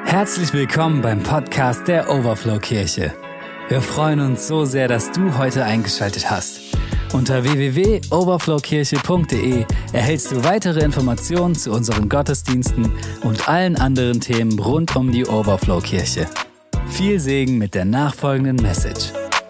Herzlich willkommen beim Podcast der Overflow Kirche. Wir freuen uns so sehr, dass du heute eingeschaltet hast. Unter www.overflowkirche.de erhältst du weitere Informationen zu unseren Gottesdiensten und allen anderen Themen rund um die Overflow Kirche. Viel Segen mit der nachfolgenden Message.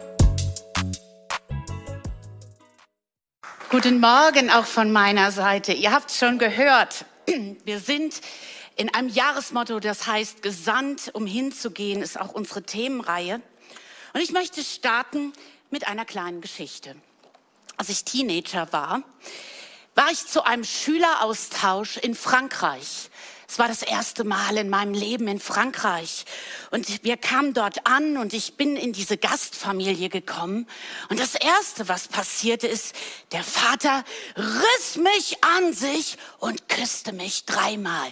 Guten Morgen auch von meiner Seite. Ihr habt schon gehört, wir sind in einem Jahresmotto, das heißt, gesandt, um hinzugehen, ist auch unsere Themenreihe. Und ich möchte starten mit einer kleinen Geschichte. Als ich Teenager war ich zu einem Schüleraustausch in Frankreich. Es war das erste Mal in meinem Leben in Frankreich. Und wir kamen dort an und ich bin in diese Gastfamilie gekommen. Und das Erste, was passierte, ist, der Vater riss mich an sich und küsste mich 3-mal.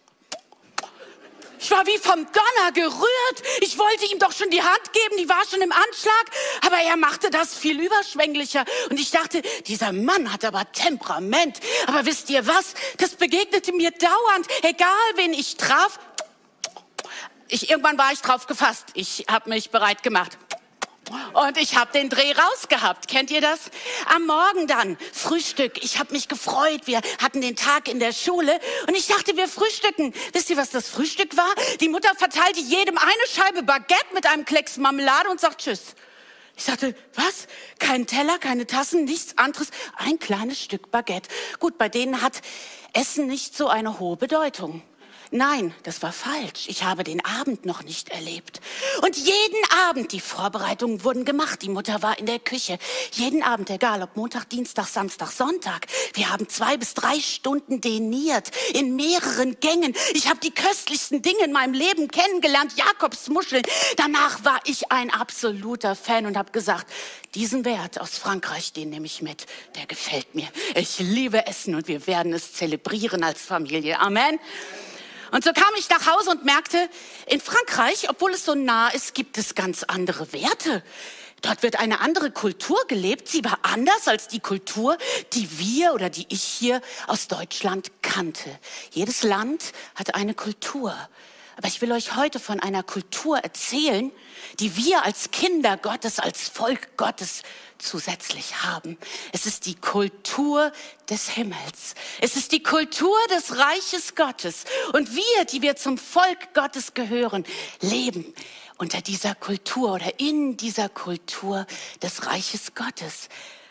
Ich war wie vom Donner gerührt. Ich wollte ihm doch schon die Hand geben, die war schon im Anschlag. Aber er machte das viel überschwänglicher. Und ich dachte, dieser Mann hat aber Temperament. Aber wisst ihr was? Das begegnete mir dauernd. Egal, wen ich traf. Irgendwann war ich drauf gefasst. Ich habe mich bereit gemacht. Und ich habe den Dreh rausgehabt. Kennt ihr das? Am Morgen dann, Frühstück. Ich habe mich gefreut. Wir hatten den Tag in der Schule. Und ich dachte, wir frühstücken. Wisst ihr, was das Frühstück war? Die Mutter verteilte jedem eine Scheibe Baguette mit einem Klecks Marmelade und sagt Tschüss. Ich sagte, was? Kein Teller, keine Tassen, nichts anderes. Ein kleines Stück Baguette. Gut, bei denen hat Essen nicht so eine hohe Bedeutung. Nein, das war falsch. Ich habe den Abend noch nicht erlebt. Und jeden Abend, die Vorbereitungen wurden gemacht. Die Mutter war in der Küche. Jeden Abend, egal ob Montag, Dienstag, Samstag, Sonntag. Wir haben 2 bis 3 Stunden deniert. In mehreren Gängen. Ich habe die köstlichsten Dinge in meinem Leben kennengelernt. Jakobsmuscheln. Danach war ich ein absoluter Fan und habe gesagt, diesen Wert aus Frankreich, den nehme ich mit. Der gefällt mir. Ich liebe Essen und wir werden es zelebrieren als Familie. Amen. Und so kam ich nach Hause und merkte, in Frankreich, obwohl es so nah ist, gibt es ganz andere Werte. Dort wird eine andere Kultur gelebt. Sie war anders als die Kultur, die ich hier aus Deutschland kannte. Jedes Land hat eine Kultur. Aber ich will euch heute von einer Kultur erzählen, die wir als Kinder Gottes, als Volk Gottes zusätzlich haben. Es ist die Kultur des Himmels. Es ist die Kultur des Reiches Gottes. Und wir, die wir zum Volk Gottes gehören, leben unter dieser Kultur oder in dieser Kultur des Reiches Gottes.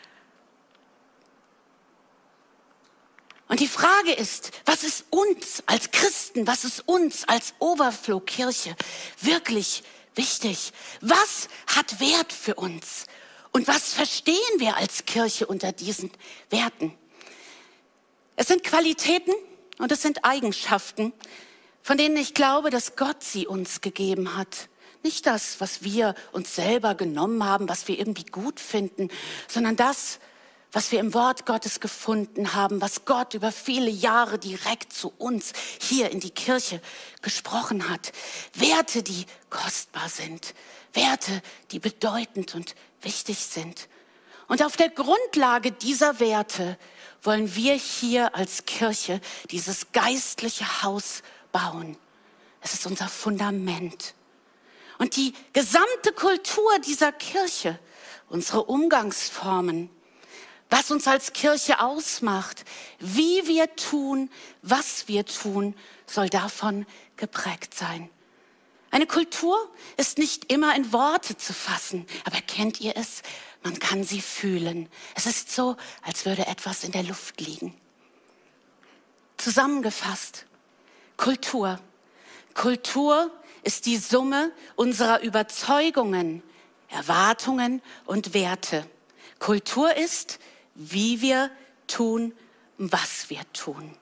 Und die Frage ist, was ist uns als Christen, was ist uns als Overflow Kirche wirklich wichtig? Was hat Wert für uns? Und was verstehen wir als Kirche unter diesen Werten? Es sind Qualitäten und es sind Eigenschaften, von denen ich glaube, dass Gott sie uns gegeben hat. Nicht das, was wir uns selber genommen haben, was wir irgendwie gut finden, sondern das, was wir im Wort Gottes gefunden haben, was Gott über viele Jahre direkt zu uns hier in die Kirche gesprochen hat. Werte, die kostbar sind. Werte, die bedeutend und wichtig sind. Und auf der Grundlage dieser Werte wollen wir hier als Kirche dieses geistliche Haus bauen. Es ist unser Fundament. Und die gesamte Kultur dieser Kirche, unsere Umgangsformen, was uns als Kirche ausmacht, wie wir tun, was wir tun, soll davon geprägt sein. Eine Kultur ist nicht immer in Worte zu fassen, aber kennt ihr es? Man kann sie fühlen. Es ist so, als würde etwas in der Luft liegen. Zusammengefasst, Kultur. Kultur ist die Summe unserer Überzeugungen, Erwartungen und Werte. Kultur ist, wie wir tun, was wir tun.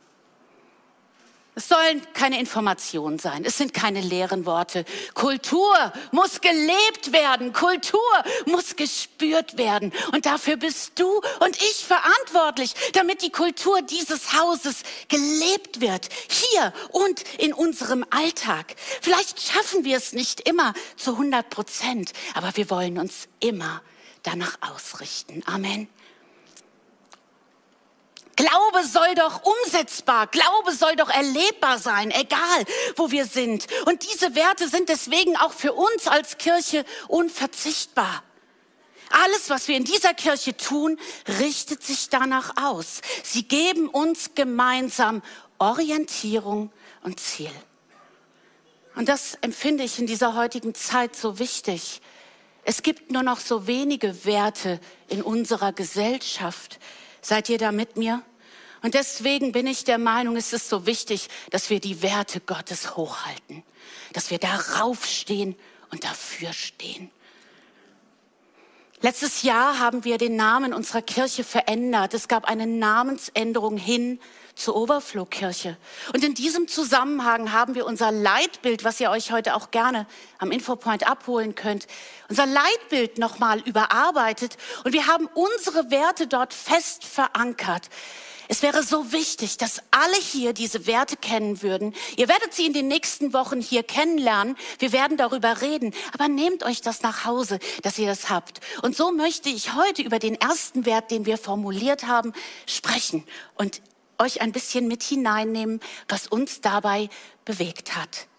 Es sollen keine Informationen sein, es sind keine leeren Worte. Kultur muss gelebt werden, Kultur muss gespürt werden. Und dafür bist du und ich verantwortlich, damit die Kultur dieses Hauses gelebt wird, hier und in unserem Alltag. Vielleicht schaffen wir es nicht immer zu 100%, aber wir wollen uns immer danach ausrichten. Amen. Glaube soll doch umsetzbar, Glaube soll doch erlebbar sein, egal wo wir sind. Und diese Werte sind deswegen auch für uns als Kirche unverzichtbar. Alles, was wir in dieser Kirche tun, richtet sich danach aus. Sie geben uns gemeinsam Orientierung und Ziel. Und das empfinde ich in dieser heutigen Zeit so wichtig. Es gibt nur noch so wenige Werte in unserer Gesellschaft. Seid ihr da mit mir? Und deswegen bin ich der Meinung, es ist so wichtig, dass wir die Werte Gottes hochhalten. Dass wir darauf stehen und dafür stehen. Letztes Jahr haben wir den Namen unserer Kirche verändert. Es gab eine Namensänderung hin zur Overflow-Kirche. Und in diesem Zusammenhang haben wir unser Leitbild, was ihr euch heute auch gerne am Infopoint abholen könnt, unser Leitbild nochmal überarbeitet. Und wir haben unsere Werte dort fest verankert. Es wäre so wichtig, dass alle hier diese Werte kennen würden. Ihr werdet sie in den nächsten Wochen hier kennenlernen. Wir werden darüber reden. Aber nehmt euch das nach Hause, dass ihr das habt. Und so möchte ich heute über den ersten Wert, den wir formuliert haben, sprechen und euch ein bisschen mit hineinnehmen, was uns dabei bewegt hat.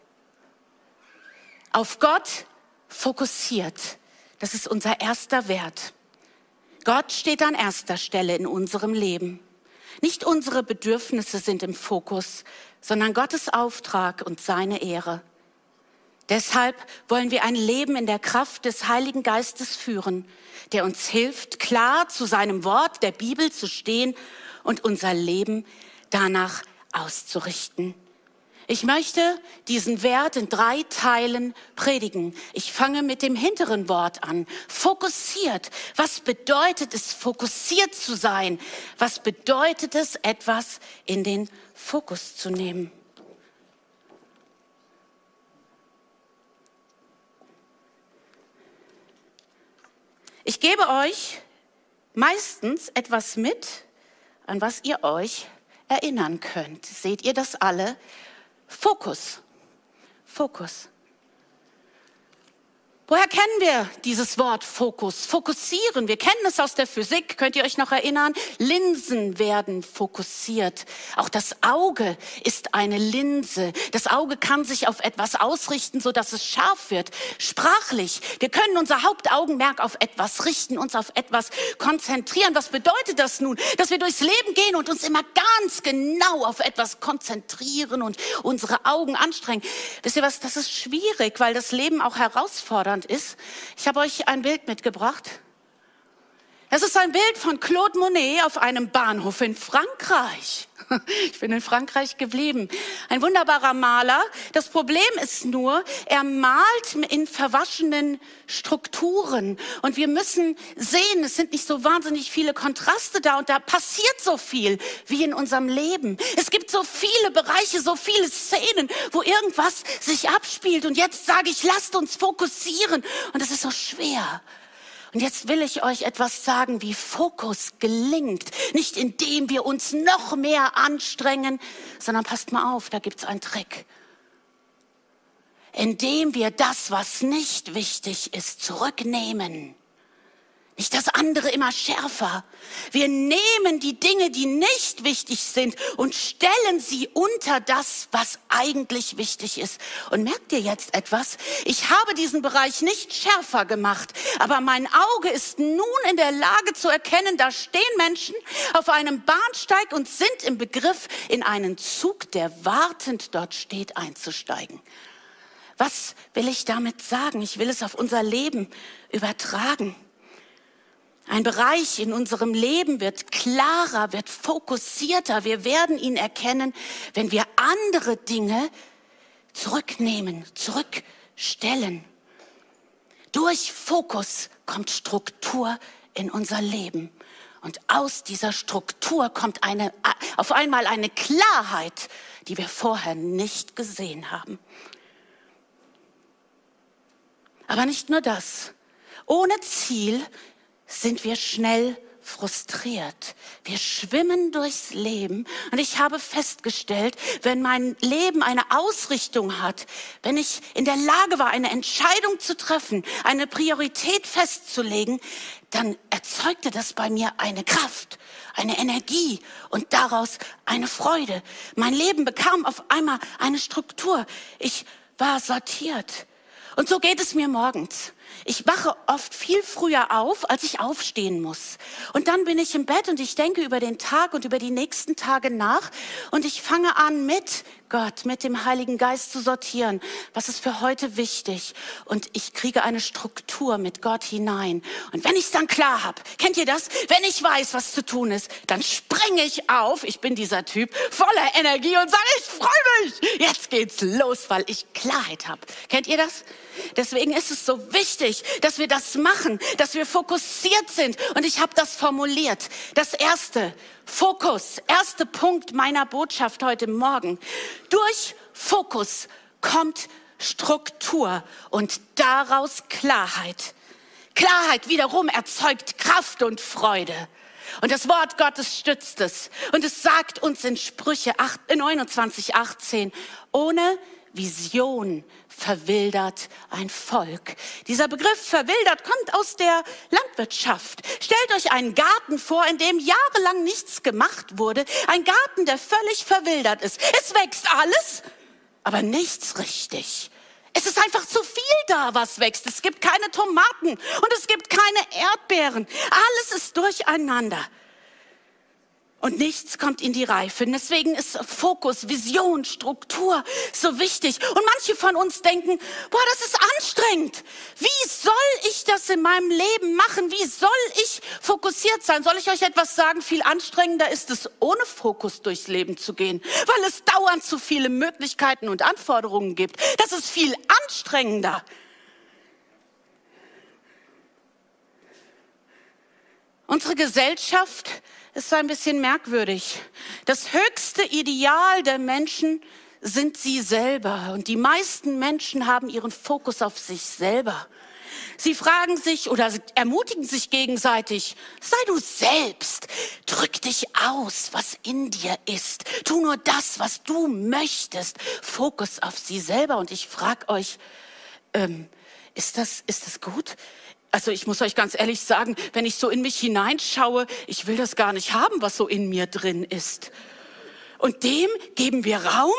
Auf Gott fokussiert. Das ist unser erster Wert. Gott steht an erster Stelle in unserem Leben. Nicht unsere Bedürfnisse sind im Fokus, sondern Gottes Auftrag und seine Ehre. Deshalb wollen wir ein Leben in der Kraft des Heiligen Geistes führen, der uns hilft, klar zu seinem Wort, der Bibel, zu stehen und unser Leben danach auszurichten. Ich möchte diesen Wert in 3 Teilen predigen. Ich fange mit dem hinteren Wort an. Fokussiert. Was bedeutet es, fokussiert zu sein? Was bedeutet es, etwas in den Fokus zu nehmen? Ich gebe euch meistens etwas mit, an was ihr euch erinnern könnt. Seht ihr das alle? Fokus. Fokus. Woher kennen wir dieses Wort Fokus? Fokussieren. Wir kennen es aus der Physik. Könnt ihr euch noch erinnern? Linsen werden fokussiert. Auch das Auge ist eine Linse. Das Auge kann sich auf etwas ausrichten, sodass es scharf wird. Sprachlich. Wir können unser Hauptaugenmerk auf etwas richten, uns auf etwas konzentrieren. Was bedeutet das nun? Dass wir durchs Leben gehen und uns immer ganz genau auf etwas konzentrieren und unsere Augen anstrengen. Wisst ihr was? Das ist schwierig, weil das Leben auch herausfordernd ist. Ich habe euch ein Bild mitgebracht. Es ist ein Bild von Claude Monet auf einem Bahnhof in Frankreich. Ich bin in Frankreich geblieben. Ein wunderbarer Maler. Das Problem ist nur, er malt in verwaschenen Strukturen. Und wir müssen sehen, es sind nicht so wahnsinnig viele Kontraste da. Und da passiert so viel wie in unserem Leben. Es gibt so viele Bereiche, so viele Szenen, wo irgendwas sich abspielt. Und jetzt sage ich, lasst uns fokussieren. Und es ist so schwer. Und jetzt will ich euch etwas sagen, wie Fokus gelingt. Nicht indem wir uns noch mehr anstrengen, sondern passt mal auf, da gibt's einen Trick. Indem wir das, was nicht wichtig ist, zurücknehmen. Nicht das andere immer schärfer. Wir nehmen die Dinge, die nicht wichtig sind und stellen sie unter das, was eigentlich wichtig ist. Und merkt ihr jetzt etwas? Ich habe diesen Bereich nicht schärfer gemacht, aber mein Auge ist nun in der Lage zu erkennen, da stehen Menschen auf einem Bahnsteig und sind im Begriff, in einen Zug, der wartend dort steht, einzusteigen. Was will ich damit sagen? Ich will es auf unser Leben übertragen. Ein Bereich in unserem Leben wird klarer, wird fokussierter. Wir werden ihn erkennen, wenn wir andere Dinge zurücknehmen, zurückstellen. Durch Fokus kommt Struktur in unser Leben. Und aus dieser Struktur kommt auf einmal eine Klarheit, die wir vorher nicht gesehen haben. Aber nicht nur das. Ohne Ziel sind wir schnell frustriert. Wir schwimmen durchs Leben und ich habe festgestellt, wenn mein Leben eine Ausrichtung hat, wenn ich in der Lage war, eine Entscheidung zu treffen, eine Priorität festzulegen, dann erzeugte das bei mir eine Kraft, eine Energie und daraus eine Freude. Mein Leben bekam auf einmal eine Struktur. Ich war sortiert. Und so geht es mir morgens. Ich wache oft viel früher auf, als ich aufstehen muss. Und dann bin ich im Bett und ich denke über den Tag und über die nächsten Tage nach. Und ich fange an, mit Gott, mit dem Heiligen Geist zu sortieren. Was ist für heute wichtig? Und ich kriege eine Struktur mit Gott hinein. Und wenn ich es dann klar habe, kennt ihr das? Wenn ich weiß, was zu tun ist, dann springe ich auf. Ich bin dieser Typ voller Energie und sage, ich freue mich. Jetzt geht's los, weil ich Klarheit habe. Kennt ihr das? Deswegen ist es so wichtig, dass wir das machen, dass wir fokussiert sind. Und ich habe das formuliert. Das erste, Fokus, erster Punkt meiner Botschaft heute Morgen. Durch Fokus kommt Struktur und daraus Klarheit. Klarheit wiederum erzeugt Kraft und Freude. Und das Wort Gottes stützt es. Und es sagt uns in Sprüche 29,18, ohne Vision verwildert ein Volk. Dieser Begriff verwildert kommt aus der Landwirtschaft. Stellt euch einen Garten vor, in dem jahrelang nichts gemacht wurde. Ein Garten, der völlig verwildert ist. Es wächst alles, aber nichts richtig. Es ist einfach zu viel da, was wächst. Es gibt keine Tomaten und es gibt keine Erdbeeren. Alles ist durcheinander. Und nichts kommt in die Reife. Und deswegen ist Fokus, Vision, Struktur so wichtig. Und manche von uns denken, boah, das ist anstrengend. Wie soll ich das in meinem Leben machen? Wie soll ich fokussiert sein? Soll ich euch etwas sagen? Viel anstrengender ist es, ohne Fokus durchs Leben zu gehen, weil es dauernd zu viele Möglichkeiten und Anforderungen gibt. Das ist viel anstrengender. Unsere Gesellschaft ist ein bisschen merkwürdig. Das höchste Ideal der Menschen sind sie selber. Und die meisten Menschen haben ihren Fokus auf sich selber. Sie fragen sich oder ermutigen sich gegenseitig, sei du selbst, drück dich aus, was in dir ist. Tu nur das, was du möchtest. Fokus auf sie selber. Und ich frage euch, ist das gut? Also ich muss euch ganz ehrlich sagen, wenn ich so in mich hineinschaue, ich will das gar nicht haben, was so in mir drin ist. Und dem geben wir Raum?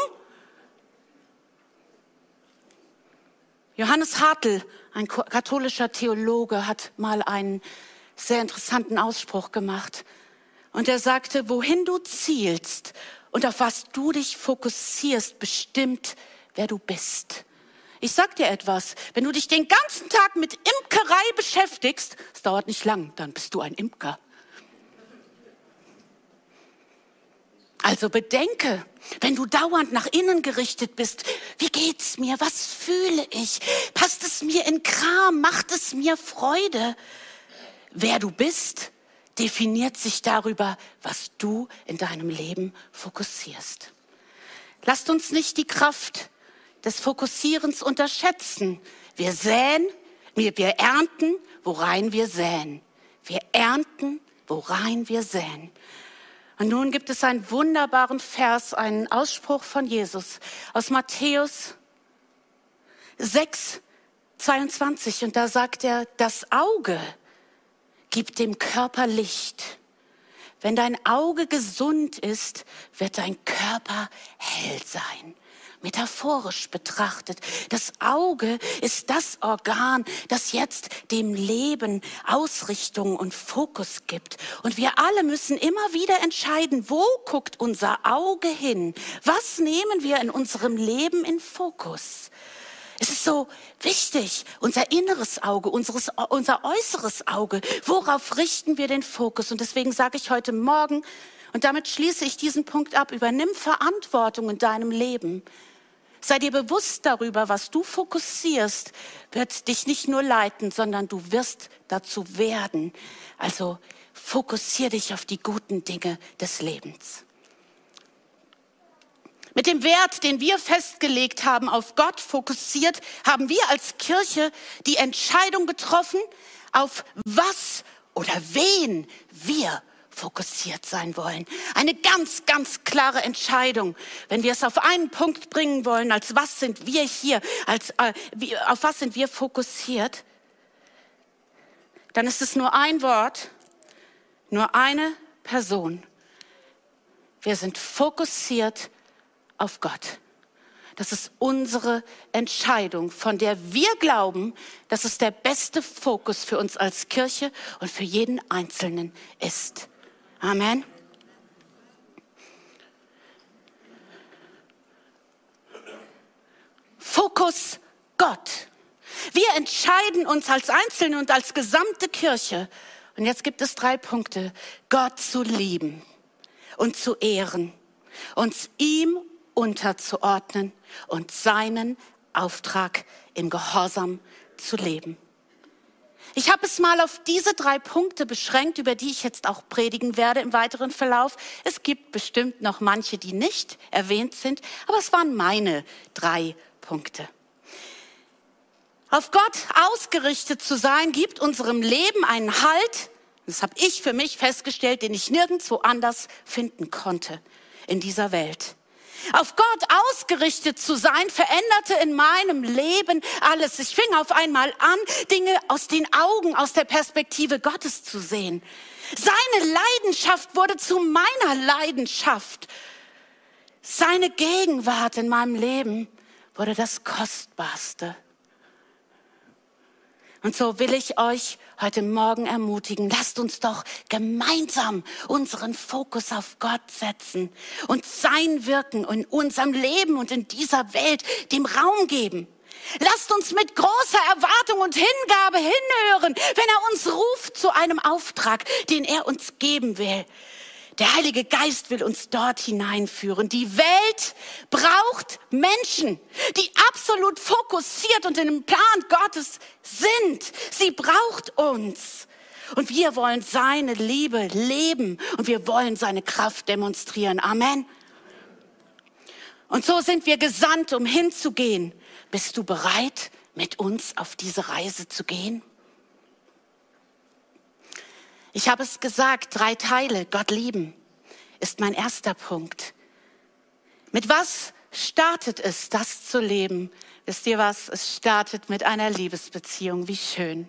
Johannes Hartl, ein katholischer Theologe, hat mal einen sehr interessanten Ausspruch gemacht. Und er sagte, wohin du zielst und auf was du dich fokussierst, bestimmt, wer du bist. Ich sag dir etwas, wenn du dich den ganzen Tag mit Imkerei beschäftigst, es dauert nicht lang, dann bist du ein Imker. Also bedenke, wenn du dauernd nach innen gerichtet bist, wie geht's mir, was fühle ich, passt es mir in Kram, macht es mir Freude? Wer du bist, definiert sich darüber, was du in deinem Leben fokussierst. Lasst uns nicht die Kraft des Fokussierens unterschätzen. Wir ernten, worein wir säen. Wir ernten, worein wir säen. Und nun gibt es einen wunderbaren Vers, einen Ausspruch von Jesus aus Matthäus 6,22. Und da sagt er, das Auge gibt dem Körper Licht. Wenn dein Auge gesund ist, wird dein Körper hell sein. Metaphorisch betrachtet. Das Auge ist das Organ, das jetzt dem Leben Ausrichtung und Fokus gibt. Und wir alle müssen immer wieder entscheiden, wo guckt unser Auge hin? Was nehmen wir in unserem Leben in Fokus? Es ist so wichtig, unser inneres Auge, unser äußeres Auge. Worauf richten wir den Fokus? Und deswegen sage ich heute Morgen, und damit schließe ich diesen Punkt ab, übernimm Verantwortung in deinem Leben. Sei dir bewusst darüber, was du fokussierst, wird dich nicht nur leiten, sondern du wirst dazu werden. Also fokussier dich auf die guten Dinge des Lebens. Mit dem Wert, den wir festgelegt haben, auf Gott fokussiert, haben wir als Kirche die Entscheidung getroffen, auf was oder wen wir fokussiert sein wollen. Eine ganz, ganz klare Entscheidung. Wenn wir es auf einen Punkt bringen wollen, als was sind wir hier, auf was sind wir fokussiert, dann ist es nur ein Wort, nur eine Person. Wir sind fokussiert auf Gott. Das ist unsere Entscheidung, von der wir glauben, dass es der beste Fokus für uns als Kirche und für jeden Einzelnen ist. Amen. Fokus Gott. Wir entscheiden uns als Einzelne und als gesamte Kirche. Und jetzt gibt es 3 Punkte. Gott zu lieben und zu ehren, uns ihm unterzuordnen und seinen Auftrag im Gehorsam zu leben. Ich habe es mal auf diese 3 Punkte beschränkt, über die ich jetzt auch predigen werde im weiteren Verlauf. Es gibt bestimmt noch manche, die nicht erwähnt sind, aber es waren meine 3 Punkte. Auf Gott ausgerichtet zu sein, gibt unserem Leben einen Halt. Das habe ich für mich festgestellt, den ich nirgendwo anders finden konnte in dieser Welt. Auf Gott ausgerichtet zu sein, veränderte in meinem Leben alles. Ich fing auf einmal an, Dinge aus den Augen, aus der Perspektive Gottes zu sehen. Seine Leidenschaft wurde zu meiner Leidenschaft. Seine Gegenwart in meinem Leben wurde das Kostbarste. Und so will ich euch heute Morgen ermutigen, lasst uns doch gemeinsam unseren Fokus auf Gott setzen und sein Wirken in unserem Leben und in dieser Welt dem Raum geben. Lasst uns mit großer Erwartung und Hingabe hinhören, wenn er uns ruft zu einem Auftrag, den er uns geben will. Der Heilige Geist will uns dort hineinführen. Die Welt braucht Menschen, die absolut fokussiert und in dem Plan Gottes sind. Sie braucht uns. Und wir wollen seine Liebe leben und wir wollen seine Kraft demonstrieren. Amen. Und so sind wir gesandt, um hinzugehen. Bist du bereit, mit uns auf diese Reise zu gehen? Ich habe es gesagt, 3 Teile, Gott lieben, ist mein erster Punkt. Mit was startet es, das zu leben? Wisst ihr was? Es startet mit einer Liebesbeziehung. Wie schön.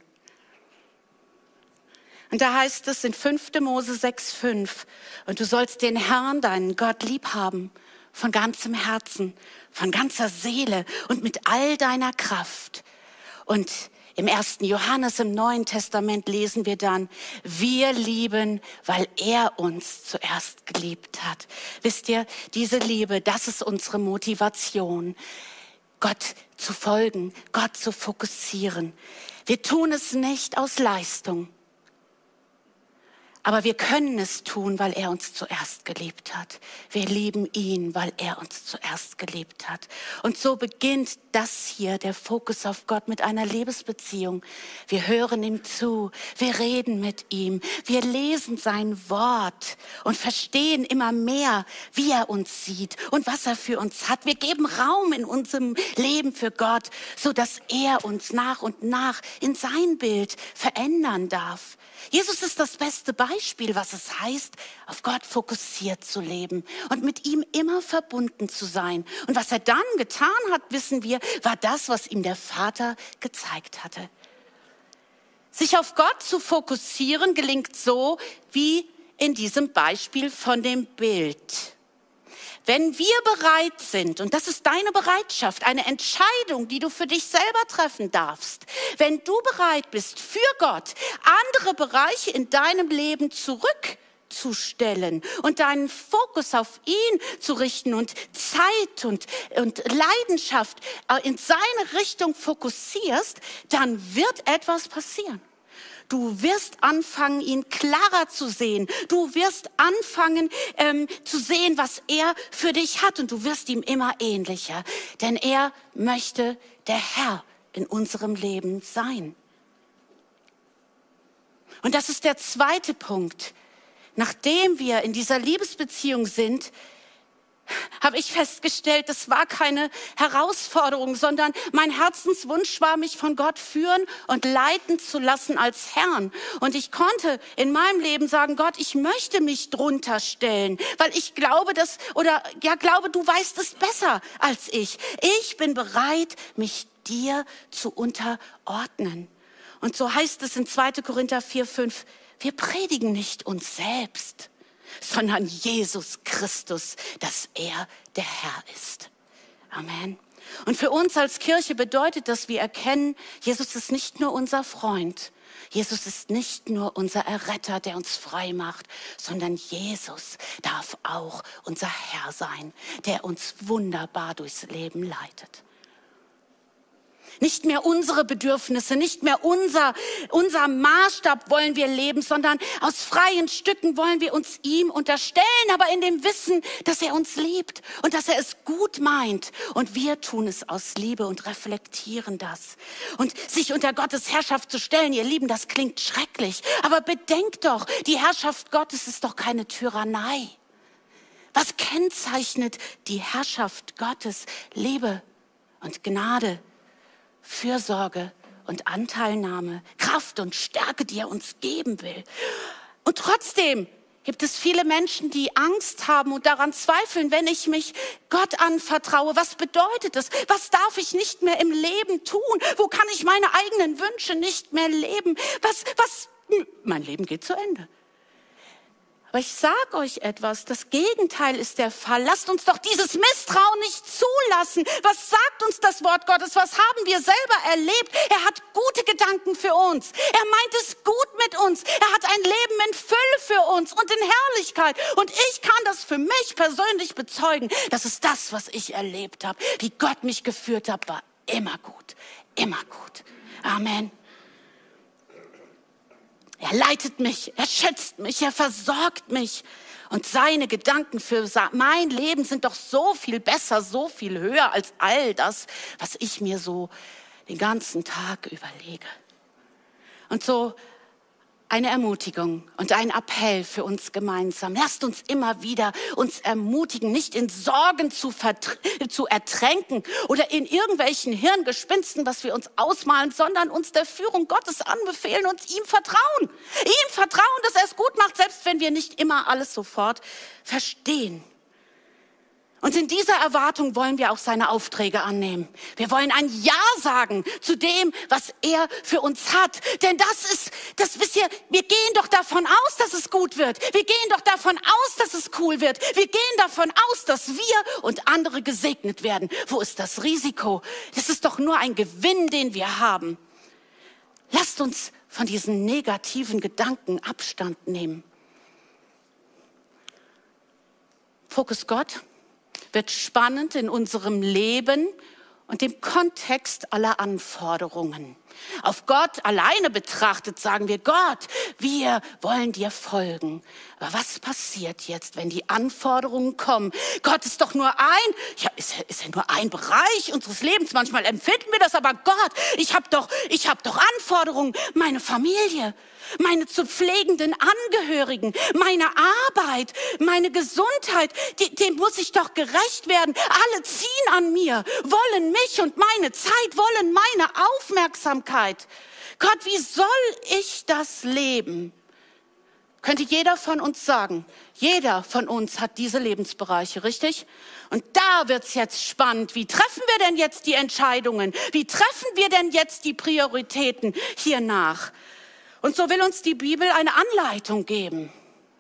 Und da heißt es in 5. Mose 6,5, und du sollst den Herrn, deinen Gott, lieb haben, von ganzem Herzen, von ganzer Seele und mit all deiner Kraft. Und im 1. Johannes im Neuen Testament lesen wir dann, wir lieben, weil er uns zuerst geliebt hat. Wisst ihr, diese Liebe, das ist unsere Motivation, Gott zu folgen, Gott zu fokussieren. Wir tun es nicht aus Leistung. Aber wir können es tun, weil er uns zuerst geliebt hat. Wir lieben ihn, weil er uns zuerst geliebt hat. Und so beginnt das hier, der Fokus auf Gott, mit einer Liebesbeziehung. Wir hören ihm zu, wir reden mit ihm, wir lesen sein Wort und verstehen immer mehr, wie er uns sieht und was er für uns hat. Wir geben Raum in unserem Leben für Gott, sodass er uns nach und nach in sein Bild verändern darf. Jesus ist das beste Beispiel, was es heißt, auf Gott fokussiert zu leben und mit ihm immer verbunden zu sein. Und was er dann getan hat, wissen wir, war das, was ihm der Vater gezeigt hatte. Sich auf Gott zu fokussieren gelingt so wie in diesem Beispiel von dem Bild. Wenn wir bereit sind, und das ist deine Bereitschaft, eine Entscheidung, die du für dich selber treffen darfst, wenn du bereit bist, für Gott andere Bereiche in deinem Leben zurückzustellen und deinen Fokus auf ihn zu richten und Zeit und Leidenschaft in seine Richtung fokussierst, dann wird etwas passieren. Du wirst anfangen, ihn klarer zu sehen. Du wirst anfangen zu sehen, was er für dich hat. Und du wirst ihm immer ähnlicher. Denn er möchte der Herr in unserem Leben sein. Und das ist der zweite Punkt. Nachdem wir in dieser Liebesbeziehung sind, habe ich festgestellt, das war keine Herausforderung, sondern mein Herzenswunsch war, mich von Gott führen und leiten zu lassen als Herrn. Und ich konnte in meinem Leben sagen, Gott, ich möchte mich drunter stellen, weil ich glaube, du weißt es besser als ich. Ich bin bereit, mich dir zu unterordnen. Und so heißt es in 2. Korinther 4,5, wir predigen nicht uns selbst, sondern Jesus Christus, dass er der Herr ist. Amen. Und für uns als Kirche bedeutet das, wir erkennen, Jesus ist nicht nur unser Freund, Jesus ist nicht nur unser Erretter, der uns frei macht, sondern Jesus darf auch unser Herr sein, der uns wunderbar durchs Leben leitet. Nicht mehr unsere Bedürfnisse, nicht mehr unser Maßstab wollen wir leben, sondern aus freien Stücken wollen wir uns ihm unterstellen, aber in dem Wissen, dass er uns liebt und dass er es gut meint. Und wir tun es aus Liebe und reflektieren das. Und sich unter Gottes Herrschaft zu stellen, ihr Lieben, das klingt schrecklich. Aber bedenkt doch, die Herrschaft Gottes ist doch keine Tyrannei. Was kennzeichnet die Herrschaft Gottes? Liebe und Gnade, Fürsorge und Anteilnahme, Kraft und Stärke, die er uns geben will. Und trotzdem gibt es viele Menschen, die Angst haben und daran zweifeln, wenn ich mich Gott anvertraue. Was bedeutet das? Was darf ich nicht mehr im Leben tun? Wo kann ich meine eigenen Wünsche nicht mehr leben? Mein Leben geht zu Ende. Aber ich sage euch etwas, das Gegenteil ist der Fall. Lasst uns doch dieses Misstrauen nicht zulassen. Was sagt uns das Wort Gottes? Was haben wir selber erlebt? Er hat gute Gedanken für uns. Er meint es gut mit uns. Er hat ein Leben in Fülle für uns und in Herrlichkeit. Und ich kann das für mich persönlich bezeugen. Das ist das, was ich erlebt habe. Wie Gott mich geführt hat, war immer gut. Immer gut. Amen. Er leitet mich, er schützt mich, er versorgt mich. Und seine Gedanken für mein Leben sind doch so viel besser, so viel höher als all das, was ich mir so den ganzen Tag überlege. Und so eine Ermutigung und ein Appell für uns gemeinsam. Lasst uns immer wieder uns ermutigen, nicht in Sorgen zu ertränken oder in irgendwelchen Hirngespinsten, was wir uns ausmalen, sondern uns der Führung Gottes anbefehlen und ihm vertrauen. Ihm vertrauen, dass er es gut macht, selbst wenn wir nicht immer alles sofort verstehen. Und in dieser Erwartung wollen wir auch seine Aufträge annehmen. Wir wollen ein Ja sagen zu dem, was er für uns hat. Denn das wisst ihr, wir gehen doch davon aus, dass es gut wird. Wir gehen doch davon aus, dass es cool wird. Wir gehen davon aus, dass wir und andere gesegnet werden. Wo ist das Risiko? Das ist doch nur ein Gewinn, den wir haben. Lasst uns von diesen negativen Gedanken Abstand nehmen. Fokus Gott wird spannend in unserem Leben und dem Kontext aller Anforderungen. Auf Gott alleine betrachtet sagen wir, Gott, wir wollen dir folgen. Aber was passiert jetzt, wenn die Anforderungen kommen? Gott ist doch nur ist ja nur ein Bereich unseres Lebens. Manchmal empfinden wir das, aber Gott, ich hab doch Anforderungen. Meine Familie, meine zu pflegenden Angehörigen, meine Arbeit, meine Gesundheit, dem muss ich doch gerecht werden. Alle ziehen an mir, wollen mich und meine Zeit, wollen meine Aufmerksamkeit. Gott, wie soll ich das leben? Könnte jeder von uns sagen, jeder von uns hat diese Lebensbereiche, richtig? Und da wird's jetzt spannend. Wie treffen wir denn jetzt die Entscheidungen? Wie treffen wir denn jetzt die Prioritäten hiernach? Und so will uns die Bibel eine Anleitung geben.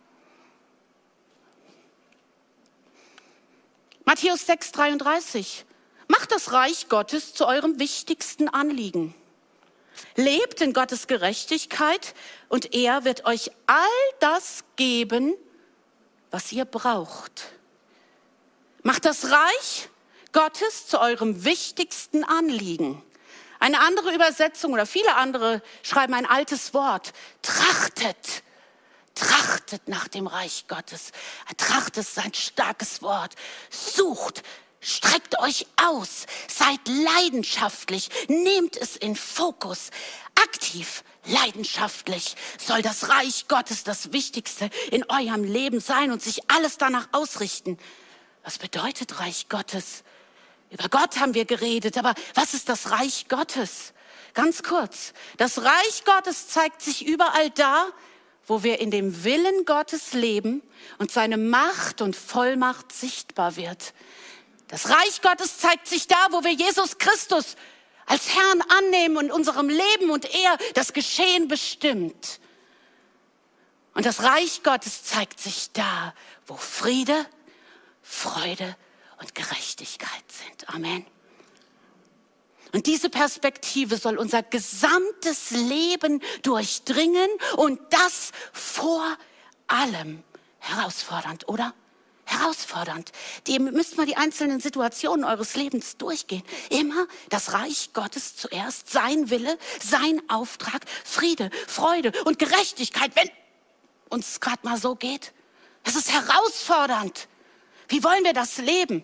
Matthäus 6,33. Macht das Reich Gottes zu eurem wichtigsten Anliegen. Lebt in Gottes Gerechtigkeit und er wird euch all das geben, was ihr braucht. Macht das Reich Gottes zu eurem wichtigsten Anliegen. Eine andere Übersetzung oder viele andere schreiben ein altes Wort. Trachtet. Trachtet nach dem Reich Gottes. Trachtet ist ein starkes Wort. Sucht. Streckt euch aus, seid leidenschaftlich, nehmt es in Fokus. Aktiv, leidenschaftlich soll das Reich Gottes das Wichtigste in eurem Leben sein und sich alles danach ausrichten. Was bedeutet Reich Gottes? Über Gott haben wir geredet, aber was ist das Reich Gottes? Ganz kurz, das Reich Gottes zeigt sich überall da, wo wir in dem Willen Gottes leben und seine Macht und Vollmacht sichtbar wird. Das Reich Gottes zeigt sich da, wo wir Jesus Christus als Herrn annehmen und in unserem Leben und er das Geschehen bestimmt. Und das Reich Gottes zeigt sich da, wo Friede, Freude und Gerechtigkeit sind. Amen. Und diese Perspektive soll unser gesamtes Leben durchdringen und das vor allem herausfordernd, oder? Herausfordernd. Ihr müsst mal die einzelnen Situationen eures Lebens durchgehen. Immer das Reich Gottes zuerst, sein Wille, sein Auftrag, Friede, Freude und Gerechtigkeit, wenn uns gerade mal so geht. Das ist herausfordernd. Wie wollen wir das leben?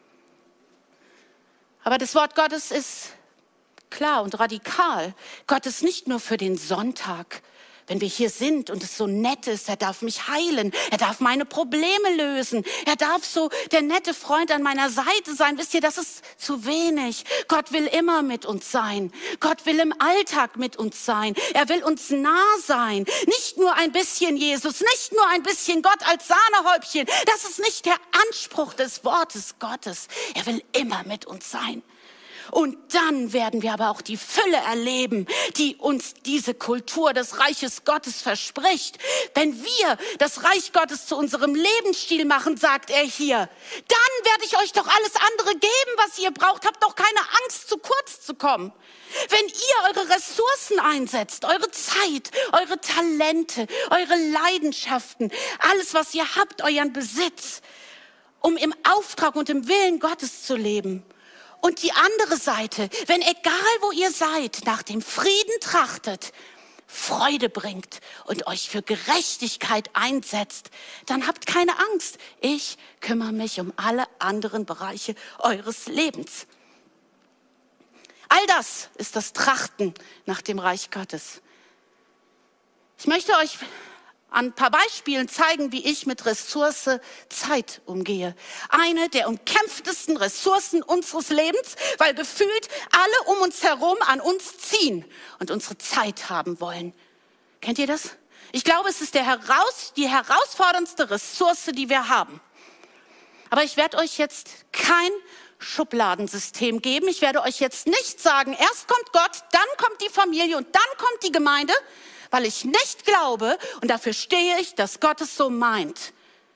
Aber das Wort Gottes ist klar und radikal. Gott ist nicht nur für den Sonntag, wenn wir hier sind und es so nett ist. Er darf mich heilen, er darf meine Probleme lösen, er darf so der nette Freund an meiner Seite sein. Wisst ihr, das ist zu wenig. Gott will immer mit uns sein. Gott will im Alltag mit uns sein. Er will uns nah sein. Nicht nur ein bisschen Jesus, nicht nur ein bisschen Gott als Sahnehäubchen. Das ist nicht der Anspruch des Wortes Gottes. Er will immer mit uns sein. Und dann werden wir aber auch die Fülle erleben, die uns diese Kultur des Reiches Gottes verspricht. Wenn wir das Reich Gottes zu unserem Lebensstil machen, sagt er hier, dann werde ich euch doch alles andere geben, was ihr braucht. Habt doch keine Angst, zu kurz zu kommen. Wenn ihr eure Ressourcen einsetzt, eure Zeit, eure Talente, eure Leidenschaften, alles, was ihr habt, euren Besitz, um im Auftrag und im Willen Gottes zu leben. Und die andere Seite, wenn egal wo ihr seid, nach dem Frieden trachtet, Freude bringt und euch für Gerechtigkeit einsetzt, dann habt keine Angst. Ich kümmere mich um alle anderen Bereiche eures Lebens. All das ist das Trachten nach dem Reich Gottes. Ich möchte euch an ein paar Beispielen zeigen, wie ich mit Ressource Zeit umgehe. Eine der umkämpftesten Ressourcen unseres Lebens, weil gefühlt alle um uns herum an uns ziehen und unsere Zeit haben wollen. Kennt ihr das? Ich glaube, es ist die herausforderndste Ressource, die wir haben. Aber ich werde euch jetzt kein Schubladensystem geben. Ich werde euch jetzt nicht sagen, erst kommt Gott, dann kommt die Familie und dann kommt die Gemeinde, weil ich nicht glaube, und dafür stehe ich, dass Gott es so meint.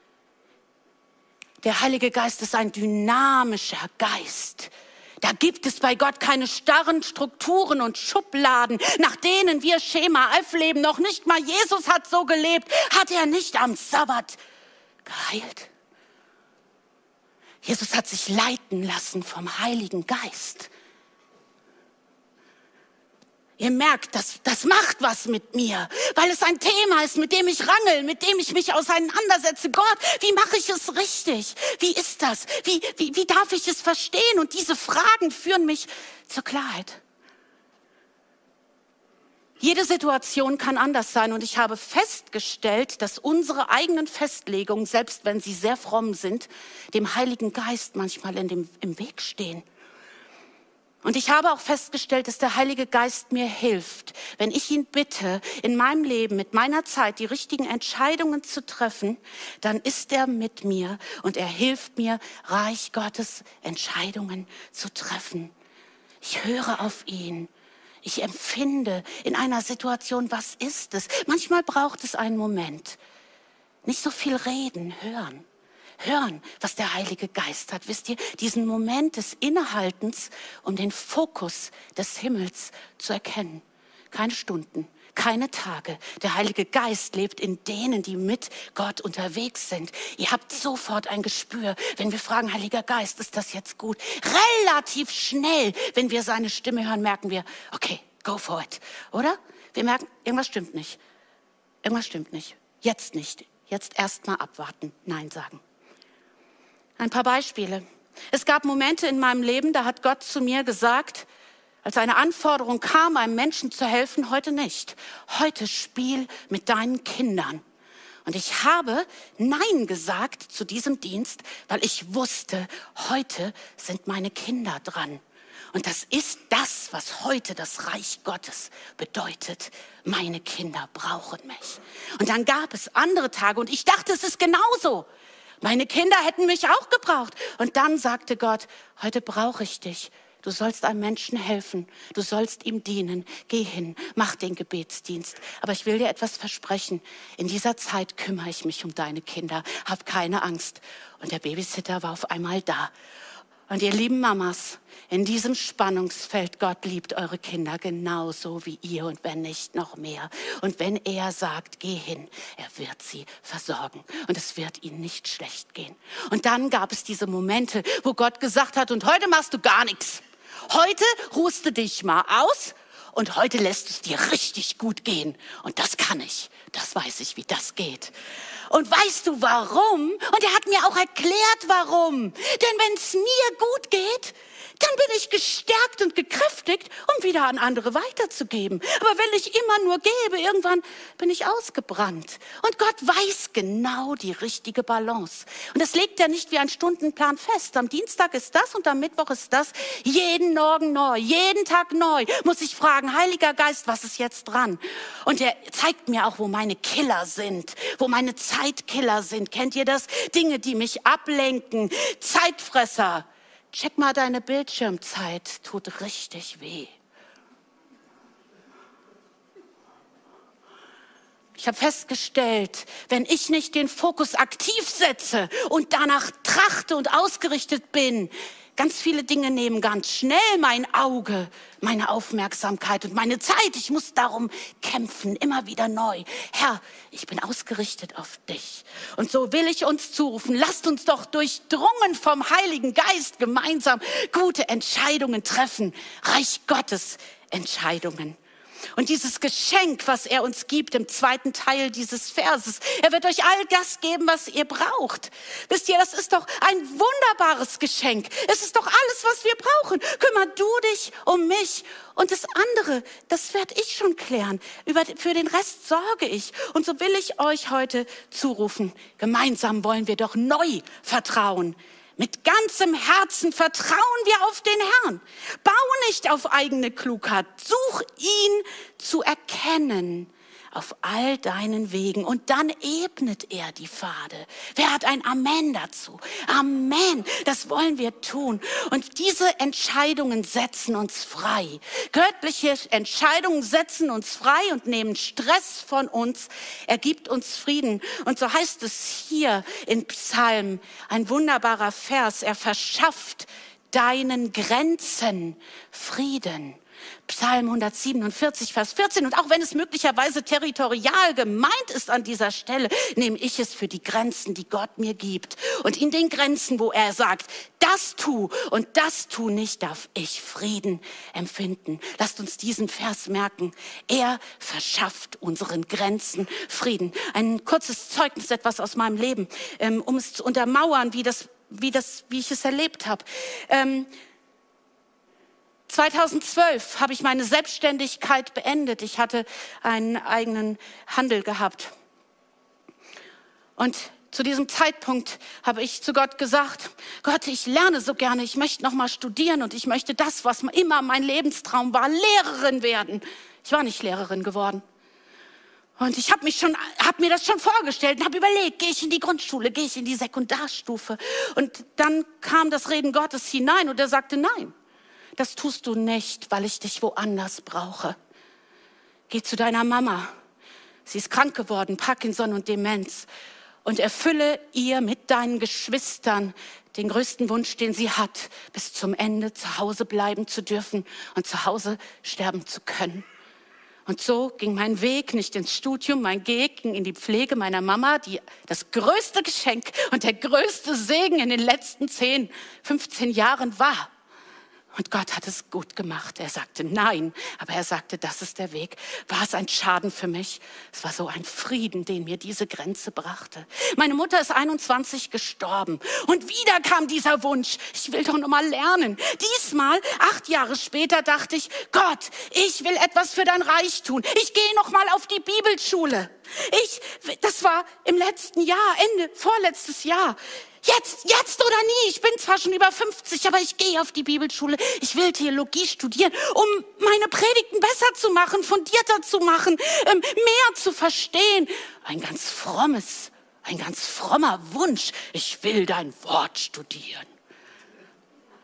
Der Heilige Geist ist ein dynamischer Geist. Da gibt es bei Gott keine starren Strukturen und Schubladen, nach denen wir Schema F leben. Noch nicht mal Jesus hat so gelebt. Hat er nicht am Sabbat geheilt? Jesus hat sich leiten lassen vom Heiligen Geist. Ihr merkt, das macht was mit mir, weil es ein Thema ist, mit dem ich rangel, mit dem ich mich auseinandersetze. Gott, wie mache ich es richtig? Wie ist das? Wie darf ich es verstehen? Und diese Fragen führen mich zur Klarheit. Jede Situation kann anders sein und ich habe festgestellt, dass unsere eigenen Festlegungen, selbst wenn sie sehr fromm sind, dem Heiligen Geist manchmal im Weg stehen. Und ich habe auch festgestellt, dass der Heilige Geist mir hilft, wenn ich ihn bitte, in meinem Leben, mit meiner Zeit, die richtigen Entscheidungen zu treffen, dann ist er mit mir und er hilft mir, Reich Gottes Entscheidungen zu treffen. Ich höre auf ihn. Ich empfinde in einer Situation, was ist es? Manchmal braucht es einen Moment. Nicht so viel reden, hören. Hören, was der Heilige Geist hat. Wisst ihr, diesen Moment des Innehaltens, um den Fokus des Himmels zu erkennen. Keine Stunden, keine Tage. Der Heilige Geist lebt in denen, die mit Gott unterwegs sind. Ihr habt sofort ein Gespür, wenn wir fragen, Heiliger Geist, ist das jetzt gut? Relativ schnell, wenn wir seine Stimme hören, merken wir, okay, go for it. Oder? Wir merken, irgendwas stimmt nicht. Irgendwas stimmt nicht. Jetzt nicht. Jetzt erst mal abwarten, Nein sagen. Ein paar Beispiele. Es gab Momente in meinem Leben, da hat Gott zu mir gesagt, als eine Anforderung kam, einem Menschen zu helfen, heute nicht. Heute spiel mit deinen Kindern. Und ich habe Nein gesagt zu diesem Dienst, weil ich wusste, heute sind meine Kinder dran. Und das ist das, was heute das Reich Gottes bedeutet. Meine Kinder brauchen mich. Und dann gab es andere Tage und ich dachte, es ist genauso. Meine Kinder hätten mich auch gebraucht. Und dann sagte Gott, heute brauche ich dich. Du sollst einem Menschen helfen. Du sollst ihm dienen. Geh hin, mach den Gebetsdienst. Aber ich will dir etwas versprechen. In dieser Zeit kümmere ich mich um deine Kinder. Hab keine Angst. Und der Babysitter war auf einmal da. Und ihr lieben Mamas, in diesem Spannungsfeld, Gott liebt eure Kinder genauso wie ihr und wenn nicht noch mehr. Und wenn er sagt, geh hin, er wird sie versorgen und es wird ihnen nicht schlecht gehen. Und dann gab es diese Momente, wo Gott gesagt hat, und heute machst du gar nichts. Heute ruhst du dich mal aus und heute lässt es dir richtig gut gehen. Und das kann ich, das weiß ich, wie das geht. Und weißt du warum? Und er hat mir auch erklärt, warum. Denn wenn es mir gut geht, dann bin ich gestärkt und gekräftigt, um wieder an andere weiterzugeben. Aber wenn ich immer nur gebe, irgendwann bin ich ausgebrannt. Und Gott weiß genau die richtige Balance. Und das legt er nicht wie ein Stundenplan fest. Am Dienstag ist das und am Mittwoch ist das. Jeden Morgen neu, jeden Tag neu muss ich fragen, Heiliger Geist, was ist jetzt dran? Und er zeigt mir auch, wo meine Killer sind, wo meine Zeitkiller sind. Kennt ihr das? Dinge, die mich ablenken, Zeitfresser. Check mal deine Bildschirmzeit, tut richtig weh. Ich habe festgestellt, wenn ich nicht den Fokus aktiv setze und danach trachte und ausgerichtet bin, ganz viele Dinge nehmen ganz schnell mein Auge, meine Aufmerksamkeit und meine Zeit. Ich muss darum kämpfen, immer wieder neu. Herr, ich bin ausgerichtet auf dich. Und so will ich uns zurufen, lasst uns doch durchdrungen vom Heiligen Geist gemeinsam gute Entscheidungen treffen. Reich Gottes Entscheidungen. Und dieses Geschenk, was er uns gibt im zweiten Teil dieses Verses, er wird euch all das geben, was ihr braucht. Wisst ihr, das ist doch ein wunderbares Geschenk. Es ist doch alles, was wir brauchen. Kümmer du dich um mich und das andere, das werde ich schon klären. Für den Rest sorge ich. Und so will ich euch heute zurufen. Gemeinsam wollen wir doch neu vertrauen. Mit ganzem Herzen vertrauen wir auf den Herrn. Bau nicht auf eigene Klugheit. Such ihn zu erkennen auf all deinen Wegen. Und dann ebnet er die Pfade. Wer hat ein Amen dazu? Amen. Das wollen wir tun. Und diese Entscheidungen setzen uns frei. Göttliche Entscheidungen setzen uns frei und nehmen Stress von uns. Er gibt uns Frieden. Und so heißt es hier in Psalm, ein wunderbarer Vers. Er verschafft deinen Grenzen Frieden. Psalm 147, Vers 14. Und auch wenn es möglicherweise territorial gemeint ist an dieser Stelle, nehme ich es für die Grenzen, die Gott mir gibt. Und in den Grenzen, wo er sagt, das tu und das tu nicht, darf ich Frieden empfinden. Lasst uns diesen Vers merken. Er verschafft unseren Grenzen Frieden. Ein kurzes Zeugnis, etwas aus meinem Leben, um es zu untermauern, wie ich es erlebt habe. 2012 habe ich meine Selbstständigkeit beendet. Ich hatte einen eigenen Handel gehabt. Und zu diesem Zeitpunkt habe ich zu Gott gesagt, Gott, ich lerne so gerne, ich möchte noch mal studieren und ich möchte das, was immer mein Lebenstraum war, Lehrerin werden. Ich war nicht Lehrerin geworden. Und ich habe mir das schon vorgestellt und habe überlegt, gehe ich in die Grundschule, gehe ich in die Sekundarstufe? Und dann kam das Reden Gottes hinein und er sagte, nein. Das tust du nicht, weil ich dich woanders brauche. Geh zu deiner Mama. Sie ist krank geworden, Parkinson und Demenz. Und erfülle ihr mit deinen Geschwistern den größten Wunsch, den sie hat, bis zum Ende zu Hause bleiben zu dürfen und zu Hause sterben zu können. Und so ging mein Weg nicht ins Studium, mein Weg ging in die Pflege meiner Mama, die das größte Geschenk und der größte Segen in den letzten 10, 15 Jahren war. Und Gott hat es gut gemacht. Er sagte nein, aber er sagte, das ist der Weg. War es ein Schaden für mich? Es war so ein Frieden, den mir diese Grenze brachte. Meine Mutter ist 21 gestorben und wieder kam dieser Wunsch. Ich will doch noch mal lernen. Diesmal, 8 Jahre später, dachte ich, Gott, ich will etwas für dein Reich tun. Ich gehe noch mal auf die Bibelschule. Das war im letzten Jahr, vorletztes Jahr. Jetzt oder nie. Ich bin zwar schon über 50, aber ich gehe auf die Bibelschule. Ich will Theologie studieren, um meine Predigten besser zu machen, fundierter zu machen, mehr zu verstehen. Ein ganz frommer Wunsch. Ich will dein Wort studieren.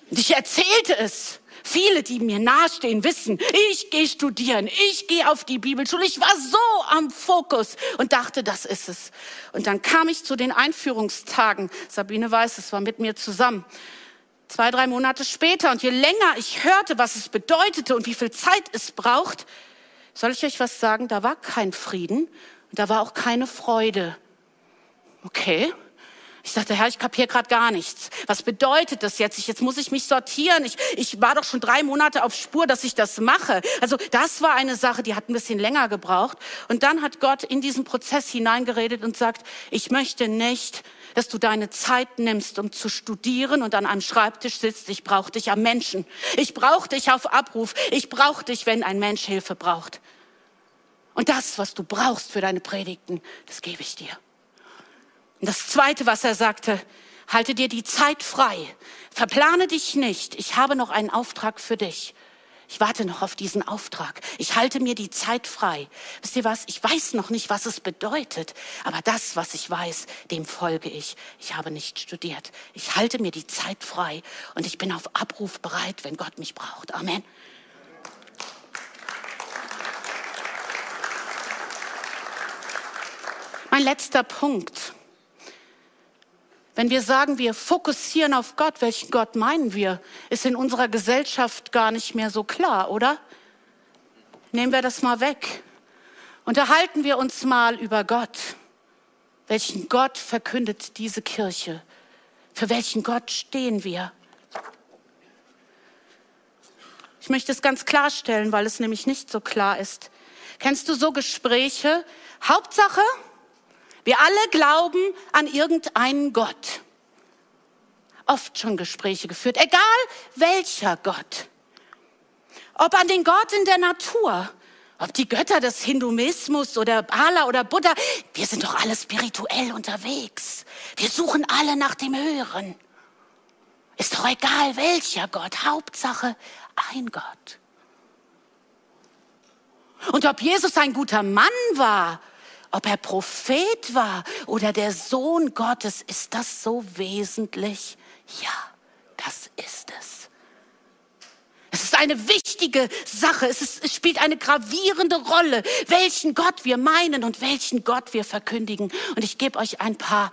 Und ich erzählte es. Viele, die mir nahestehen, wissen, ich gehe studieren, ich gehe auf die Bibelschule. Ich war so am Fokus und dachte, das ist es. Und dann kam ich zu den Einführungstagen. Sabine weiß, es war mit mir zusammen. 2-3 Monate später. Und je länger ich hörte, was es bedeutete und wie viel Zeit es braucht, soll ich euch was sagen? Da war kein Frieden und da war auch keine Freude. Okay. Ich sagte, Herr, ich kapiere gerade gar nichts. Was bedeutet das jetzt? Jetzt muss ich mich sortieren. Ich war doch schon 3 Monate auf Spur, dass ich das mache. Also das war eine Sache, die hat ein bisschen länger gebraucht. Und dann hat Gott in diesen Prozess hineingeredet und sagt, ich möchte nicht, dass du deine Zeit nimmst, um zu studieren und an einem Schreibtisch sitzt. Ich brauche dich am Menschen. Ich brauche dich auf Abruf. Ich brauche dich, wenn ein Mensch Hilfe braucht. Und das, was du brauchst für deine Predigten, das gebe ich dir. Und das Zweite, was er sagte, halte dir die Zeit frei. Verplane dich nicht. Ich habe noch einen Auftrag für dich. Ich warte noch auf diesen Auftrag. Ich halte mir die Zeit frei. Wisst ihr was? Ich weiß noch nicht, was es bedeutet. Aber das, was ich weiß, dem folge ich. Ich habe nicht studiert. Ich halte mir die Zeit frei. Und ich bin auf Abruf bereit, wenn Gott mich braucht. Amen. Mein letzter Punkt. Wenn wir sagen, wir fokussieren auf Gott, welchen Gott meinen wir, ist in unserer Gesellschaft gar nicht mehr so klar, oder? Nehmen wir das mal weg. Unterhalten wir uns mal über Gott. Welchen Gott verkündet diese Kirche? Für welchen Gott stehen wir? Ich möchte es ganz klarstellen, weil es nämlich nicht so klar ist. Kennst du so Gespräche? Hauptsache, wir alle glauben an irgendeinen Gott. Oft schon Gespräche geführt, egal welcher Gott. Ob an den Gott in der Natur, ob die Götter des Hinduismus oder Allah oder Buddha. Wir sind doch alle spirituell unterwegs. Wir suchen alle nach dem Höheren. Ist doch egal welcher Gott, Hauptsache ein Gott. Und ob Jesus ein guter Mann war, ob er Prophet war oder der Sohn Gottes, ist das so wesentlich? Ja, das ist es. Es ist eine wichtige Sache. Es spielt eine gravierende Rolle, welchen Gott wir meinen und welchen Gott wir verkündigen. Und ich gebe euch ein paar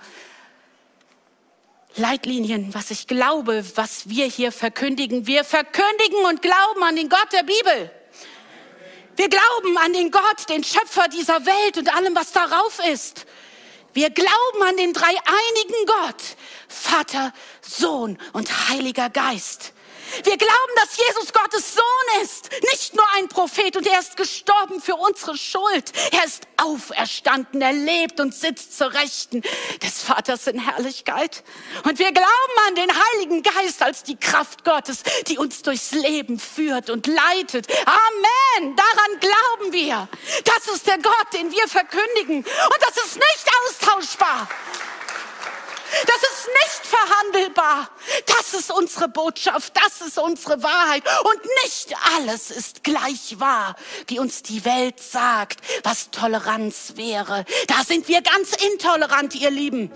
Leitlinien, was ich glaube, was wir hier verkündigen. Wir verkündigen und glauben an den Gott der Bibel. Wir glauben an den Gott, den Schöpfer dieser Welt und allem, was darauf ist. Wir glauben an den dreieinigen Gott, Vater, Sohn und Heiliger Geist. Wir glauben, dass Jesus Gottes Sohn ist, nicht nur ein Prophet, und er ist gestorben für unsere Schuld. Er ist auferstanden, er lebt und sitzt zur Rechten des Vaters in Herrlichkeit. Und wir glauben an den Heiligen Geist als die Kraft Gottes, die uns durchs Leben führt und leitet. Amen, daran glauben wir. Das ist der Gott, den wir verkündigen, und das ist nicht austauschbar. Das ist nicht verhandelbar. Das ist unsere Botschaft, das ist unsere Wahrheit. Und nicht alles ist gleich wahr, wie uns die Welt sagt, was Toleranz wäre. Da sind wir ganz intolerant, ihr Lieben.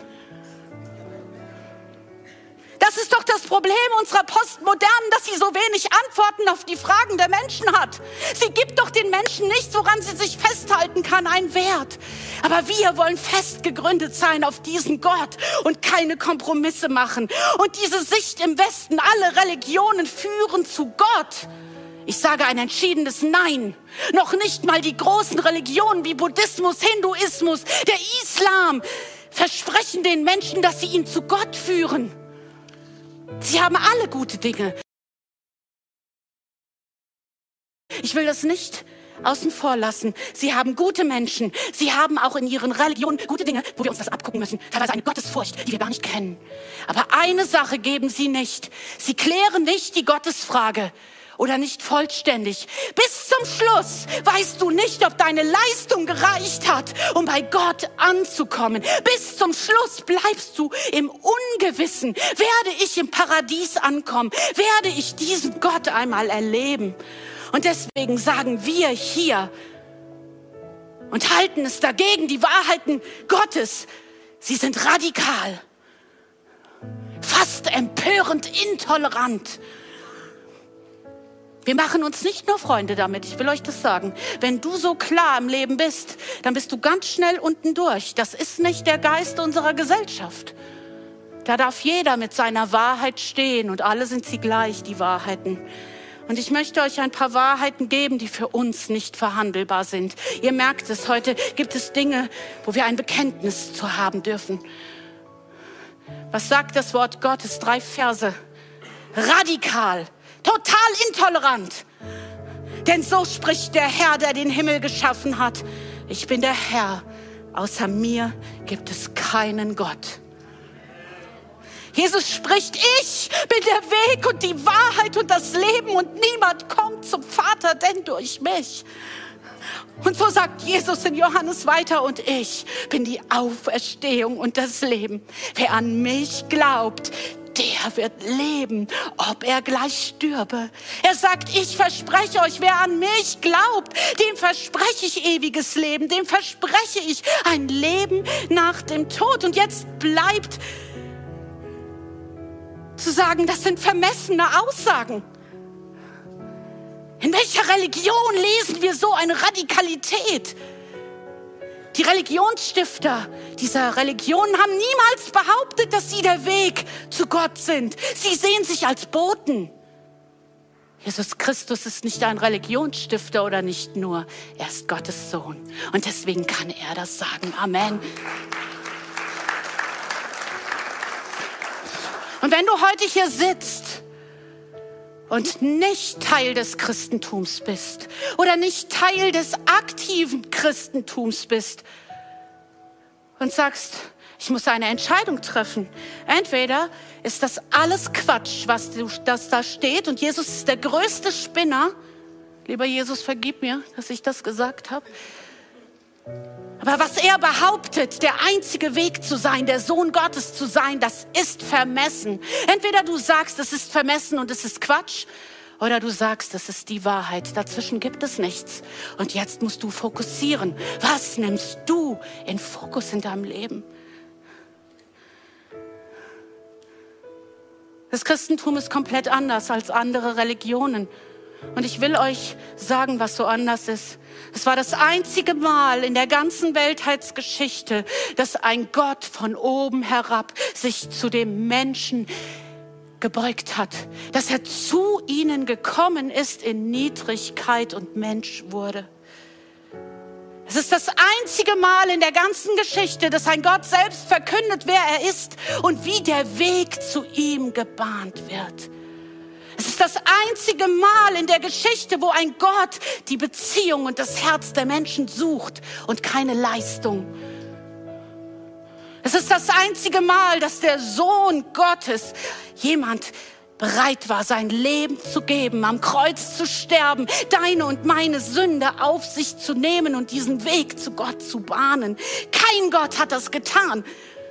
Das ist doch das Problem unserer Postmodernen, dass sie so wenig Antworten auf die Fragen der Menschen hat. Sie gibt doch den Menschen nichts, woran sie sich festhalten kann, einen Wert. Aber wir wollen fest gegründet sein auf diesen Gott und keine Kompromisse machen. Und diese Sicht im Westen, alle Religionen führen zu Gott. Ich sage ein entschiedenes Nein. Noch nicht mal die großen Religionen wie Buddhismus, Hinduismus, der Islam versprechen den Menschen, dass sie ihn zu Gott führen. Sie haben alle gute Dinge. Ich will das nicht außen vor lassen. Sie haben gute Menschen. Sie haben auch in ihren Religionen gute Dinge, wo wir uns das abgucken müssen. Teilweise eine Gottesfurcht, die wir gar nicht kennen. Aber eine Sache geben sie nicht. Sie klären nicht die Gottesfrage. Oder nicht vollständig. Bis zum Schluss weißt du nicht, ob deine Leistung gereicht hat, um bei Gott anzukommen. Bis zum Schluss bleibst du im Ungewissen. Werde ich im Paradies ankommen? Werde ich diesen Gott einmal erleben? Und deswegen sagen wir hier und halten es dagegen, die Wahrheiten Gottes, sie sind radikal. Fast empörend verstörend, intolerant. Wir machen uns nicht nur Freunde damit, ich will euch das sagen. Wenn du so klar im Leben bist, dann bist du ganz schnell unten durch. Das ist nicht der Geist unserer Gesellschaft. Da darf jeder mit seiner Wahrheit stehen und alle sind sie gleich, die Wahrheiten. Und ich möchte euch ein paar Wahrheiten geben, die für uns nicht verhandelbar sind. Ihr merkt es, heute gibt es Dinge, wo wir ein Bekenntnis zu haben dürfen. Was sagt das Wort Gottes? 3 Verse. Radikal, total intolerant. Denn so spricht der Herr, der den Himmel geschaffen hat. Ich bin der Herr, außer mir gibt es keinen Gott. Jesus spricht, ich bin der Weg und die Wahrheit und das Leben und niemand kommt zum Vater, denn durch mich. Und so sagt Jesus in Johannes weiter, und ich bin die Auferstehung und das Leben. Wer an mich glaubt, der wird leben, ob er gleich stürbe. Er sagt, ich verspreche euch, wer an mich glaubt, dem verspreche ich ewiges Leben, dem verspreche ich ein Leben nach dem Tod. Und jetzt bleibt zu sagen, das sind vermessene Aussagen. In welcher Religion lesen wir so eine Radikalität? Die Religionsstifter dieser Religionen haben niemals behauptet, dass sie der Weg zu Gott sind. Sie sehen sich als Boten. Jesus Christus ist nicht ein Religionsstifter oder nicht nur, er ist Gottes Sohn. Und deswegen kann er das sagen. Amen. Und wenn du heute hier sitzt und nicht Teil des Christentums bist oder nicht Teil des aktiven Christentums bist und sagst, ich muss eine Entscheidung treffen. Entweder ist das alles Quatsch, was da steht, und Jesus ist der größte Spinner. Lieber Jesus, vergib mir, dass ich das gesagt habe. Aber was er behauptet, der einzige Weg zu sein, der Sohn Gottes zu sein, das ist vermessen. Entweder du sagst, es ist vermessen und es ist Quatsch, oder du sagst, es ist die Wahrheit. Dazwischen gibt es nichts. Und jetzt musst du fokussieren. Was nimmst du in Fokus in deinem Leben? Das Christentum ist komplett anders als andere Religionen. Und ich will euch sagen, was so anders ist. Es war das einzige Mal in der ganzen Weltheitsgeschichte, dass ein Gott von oben herab sich zu dem Menschen gebeugt hat. Dass er zu ihnen gekommen ist in Niedrigkeit und Mensch wurde. Es ist das einzige Mal in der ganzen Geschichte, dass ein Gott selbst verkündet, wer er ist und wie der Weg zu ihm gebahnt wird. Es ist das einzige Mal in der Geschichte, wo ein Gott die Beziehung und das Herz der Menschen sucht und keine Leistung. Es ist das einzige Mal, dass der Sohn Gottes, jemand bereit war, sein Leben zu geben, am Kreuz zu sterben, deine und meine Sünde auf sich zu nehmen und diesen Weg zu Gott zu bahnen. Kein Gott hat das getan.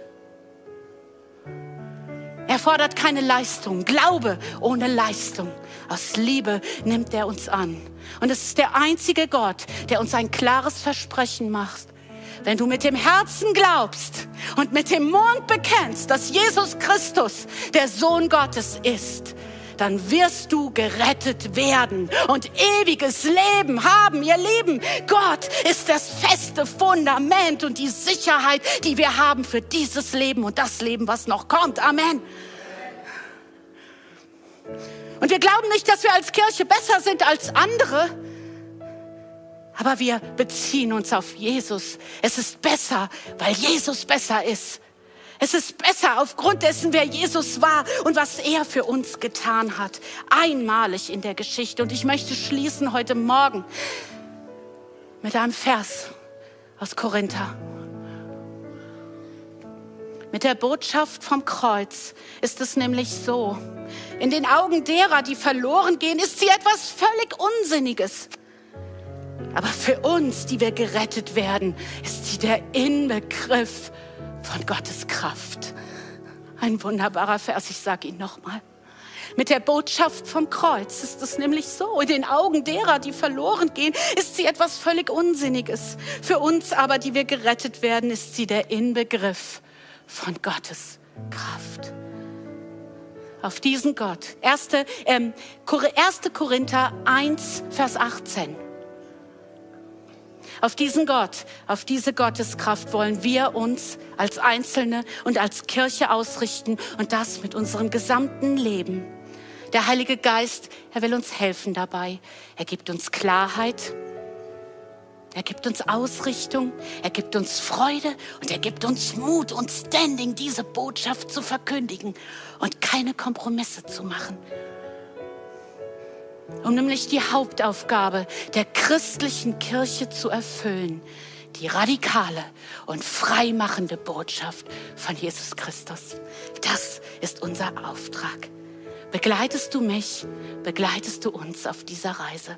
Er fordert keine Leistung, Glaube ohne Leistung. Aus Liebe nimmt er uns an. Und es ist der einzige Gott, der uns ein klares Versprechen macht. Wenn du mit dem Herzen glaubst und mit dem Mund bekennst, dass Jesus Christus der Sohn Gottes ist, dann wirst du gerettet werden und ewiges Leben haben. Ihr Lieben, Gott ist das feste Fundament und die Sicherheit, die wir haben für dieses Leben und das Leben, was noch kommt. Amen. Und wir glauben nicht, dass wir als Kirche besser sind als andere, aber wir beziehen uns auf Jesus. Es ist besser, weil Jesus besser ist. Es ist besser aufgrund dessen, wer Jesus war und was er für uns getan hat. Einmalig in der Geschichte. Und ich möchte schließen heute Morgen mit einem Vers aus Korinther. Mit der Botschaft vom Kreuz ist es nämlich so: In den Augen derer, die verloren gehen, ist sie etwas völlig Unsinniges. Aber für uns, die wir gerettet werden, ist sie der Inbegriff von Gottes Kraft. Ein wunderbarer Vers, ich sage ihn nochmal. Mit der Botschaft vom Kreuz ist es nämlich so: In den Augen derer, die verloren gehen, ist sie etwas völlig Unsinniges. Für uns aber, die wir gerettet werden, ist sie der Inbegriff von Gottes Kraft. auf diesen Gott. 1. Korinther 1, Vers 18. Auf diesen Gott, auf diese Gotteskraft wollen wir uns als Einzelne und als Kirche ausrichten und das mit unserem gesamten Leben. Der Heilige Geist, er will uns helfen dabei. Er gibt uns Klarheit, er gibt uns Ausrichtung, er gibt uns Freude und er gibt uns Mut und Standing, diese Botschaft zu verkündigen und keine Kompromisse zu machen. Um nämlich die Hauptaufgabe der christlichen Kirche zu erfüllen, die radikale und freimachende Botschaft von Jesus Christus. Das ist unser Auftrag. Begleitest du mich, begleitest du uns auf dieser Reise.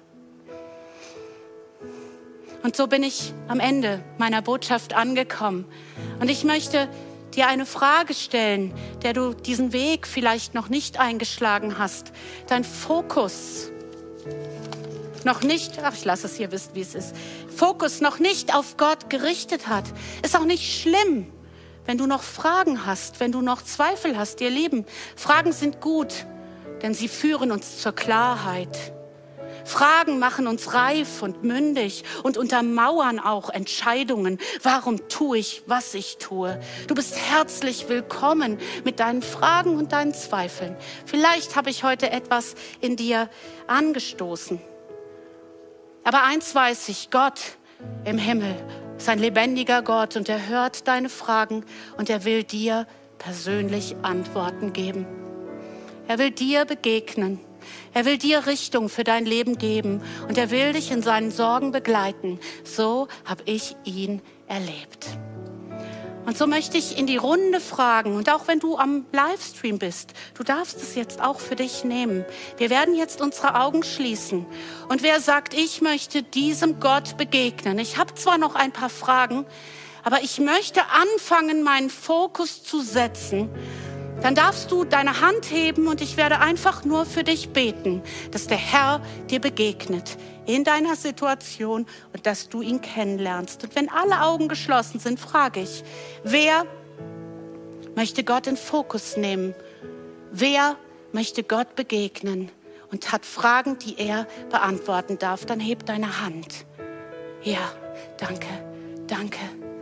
Und so bin ich am Ende meiner Botschaft angekommen. Und ich möchte dir eine Frage stellen, der du diesen Weg vielleicht noch nicht eingeschlagen hast. Dein Fokus noch nicht, ich lasse es hier, wisst, wie es ist, Fokus noch nicht auf Gott gerichtet hat. Ist auch nicht schlimm, wenn du noch Fragen hast, wenn du noch Zweifel hast, ihr Lieben. Fragen sind gut, denn sie führen uns zur Klarheit. Fragen machen uns reif und mündig und untermauern auch Entscheidungen. Warum tue ich, was ich tue? Du bist herzlich willkommen mit deinen Fragen und deinen Zweifeln. Vielleicht habe ich heute etwas in dir angestoßen. Aber eins weiß ich, Gott im Himmel ist ein lebendiger Gott und er hört deine Fragen und er will dir persönlich Antworten geben. Er will dir begegnen. Er will dir Richtung für dein Leben geben und er will dich in seinen Sorgen begleiten. So habe ich ihn erlebt. Und so möchte ich in die Runde fragen und auch wenn du am Livestream bist, du darfst es jetzt auch für dich nehmen. Wir werden jetzt unsere Augen schließen und wer sagt, ich möchte diesem Gott begegnen. Ich habe zwar noch ein paar Fragen, aber ich möchte anfangen, meinen Fokus zu setzen. Dann darfst du deine Hand heben und ich werde einfach nur für dich beten, dass der Herr dir begegnet in deiner Situation und dass du ihn kennenlernst. Und wenn alle Augen geschlossen sind, frage ich, wer möchte Gott in Fokus nehmen? Wer möchte Gott begegnen und hat Fragen, die er beantworten darf? Dann heb deine Hand. Ja, danke, danke,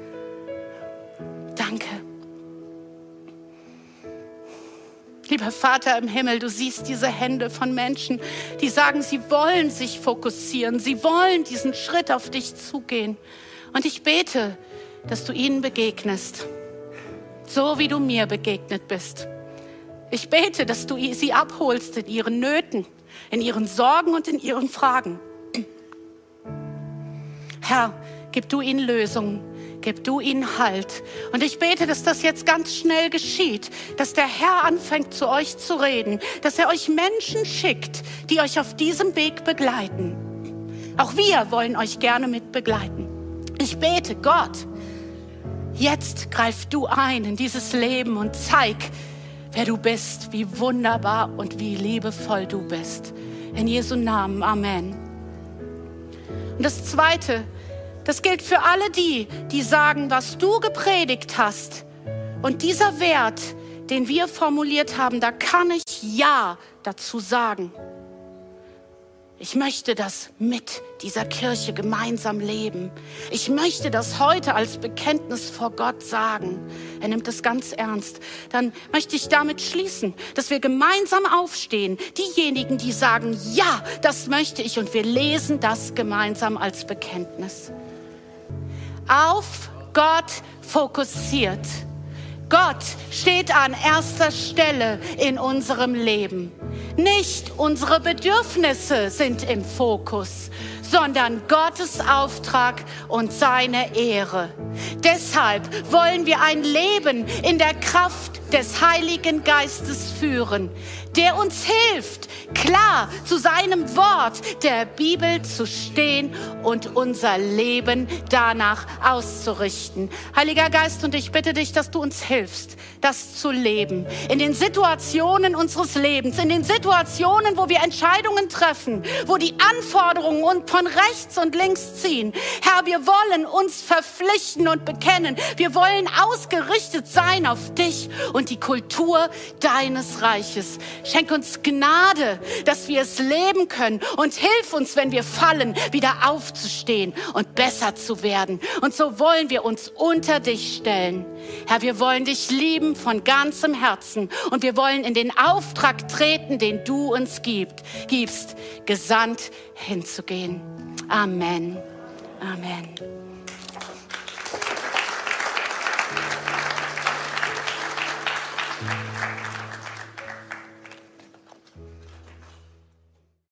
danke. Lieber Vater im Himmel, du siehst diese Hände von Menschen, die sagen, sie wollen sich fokussieren, sie wollen diesen Schritt auf dich zugehen. Und ich bete, dass du ihnen begegnest, so wie du mir begegnet bist. Ich bete, dass du sie abholst in ihren Nöten, in ihren Sorgen und in ihren Fragen. Herr, gib du ihnen Lösungen. Gib du ihnen Halt. Und ich bete, dass das jetzt ganz schnell geschieht, dass der Herr anfängt, zu euch zu reden, dass er euch Menschen schickt, die euch auf diesem Weg begleiten. Auch wir wollen euch gerne mit begleiten. Ich bete, Gott, jetzt greif du ein in dieses Leben und zeig, wer du bist, wie wunderbar und wie liebevoll du bist. In Jesu Namen, Amen. Und das Zweite, das gilt für alle die, die sagen, was du gepredigt hast. Und dieser Wert, den wir formuliert haben, da kann ich Ja dazu sagen. Ich möchte das mit dieser Kirche gemeinsam leben. Ich möchte das heute als Bekenntnis vor Gott sagen. Er nimmt es ganz ernst. Dann möchte ich damit schließen, dass wir gemeinsam aufstehen. Diejenigen, die sagen, ja, das möchte ich. Und wir lesen das gemeinsam als Bekenntnis. Auf Gott fokussiert. Gott steht an erster Stelle in unserem Leben. Nicht unsere Bedürfnisse sind im Fokus, sondern Gottes Auftrag und seine Ehre. Deshalb wollen wir ein Leben in der Kraft des Heiligen Geistes führen, der uns hilft, klar zu seinem Wort der Bibel zu stehen und unser Leben danach auszurichten. Heiliger Geist, und ich bitte dich, dass du uns hilfst, das zu leben. In den Situationen unseres Lebens, in den Situationen, wo wir Entscheidungen treffen, wo die Anforderungen uns von rechts und links ziehen. Herr, wir wollen uns verpflichten und bekennen. Wir wollen ausgerichtet sein auf dich und und die Kultur deines Reiches. Schenk uns Gnade, dass wir es leben können und hilf uns, wenn wir fallen, wieder aufzustehen und besser zu werden. Und so wollen wir uns unter dich stellen. Herr, wir wollen dich lieben von ganzem Herzen und wir wollen in den Auftrag treten, den du uns gibst, gesandt hinzugehen. Amen. Amen.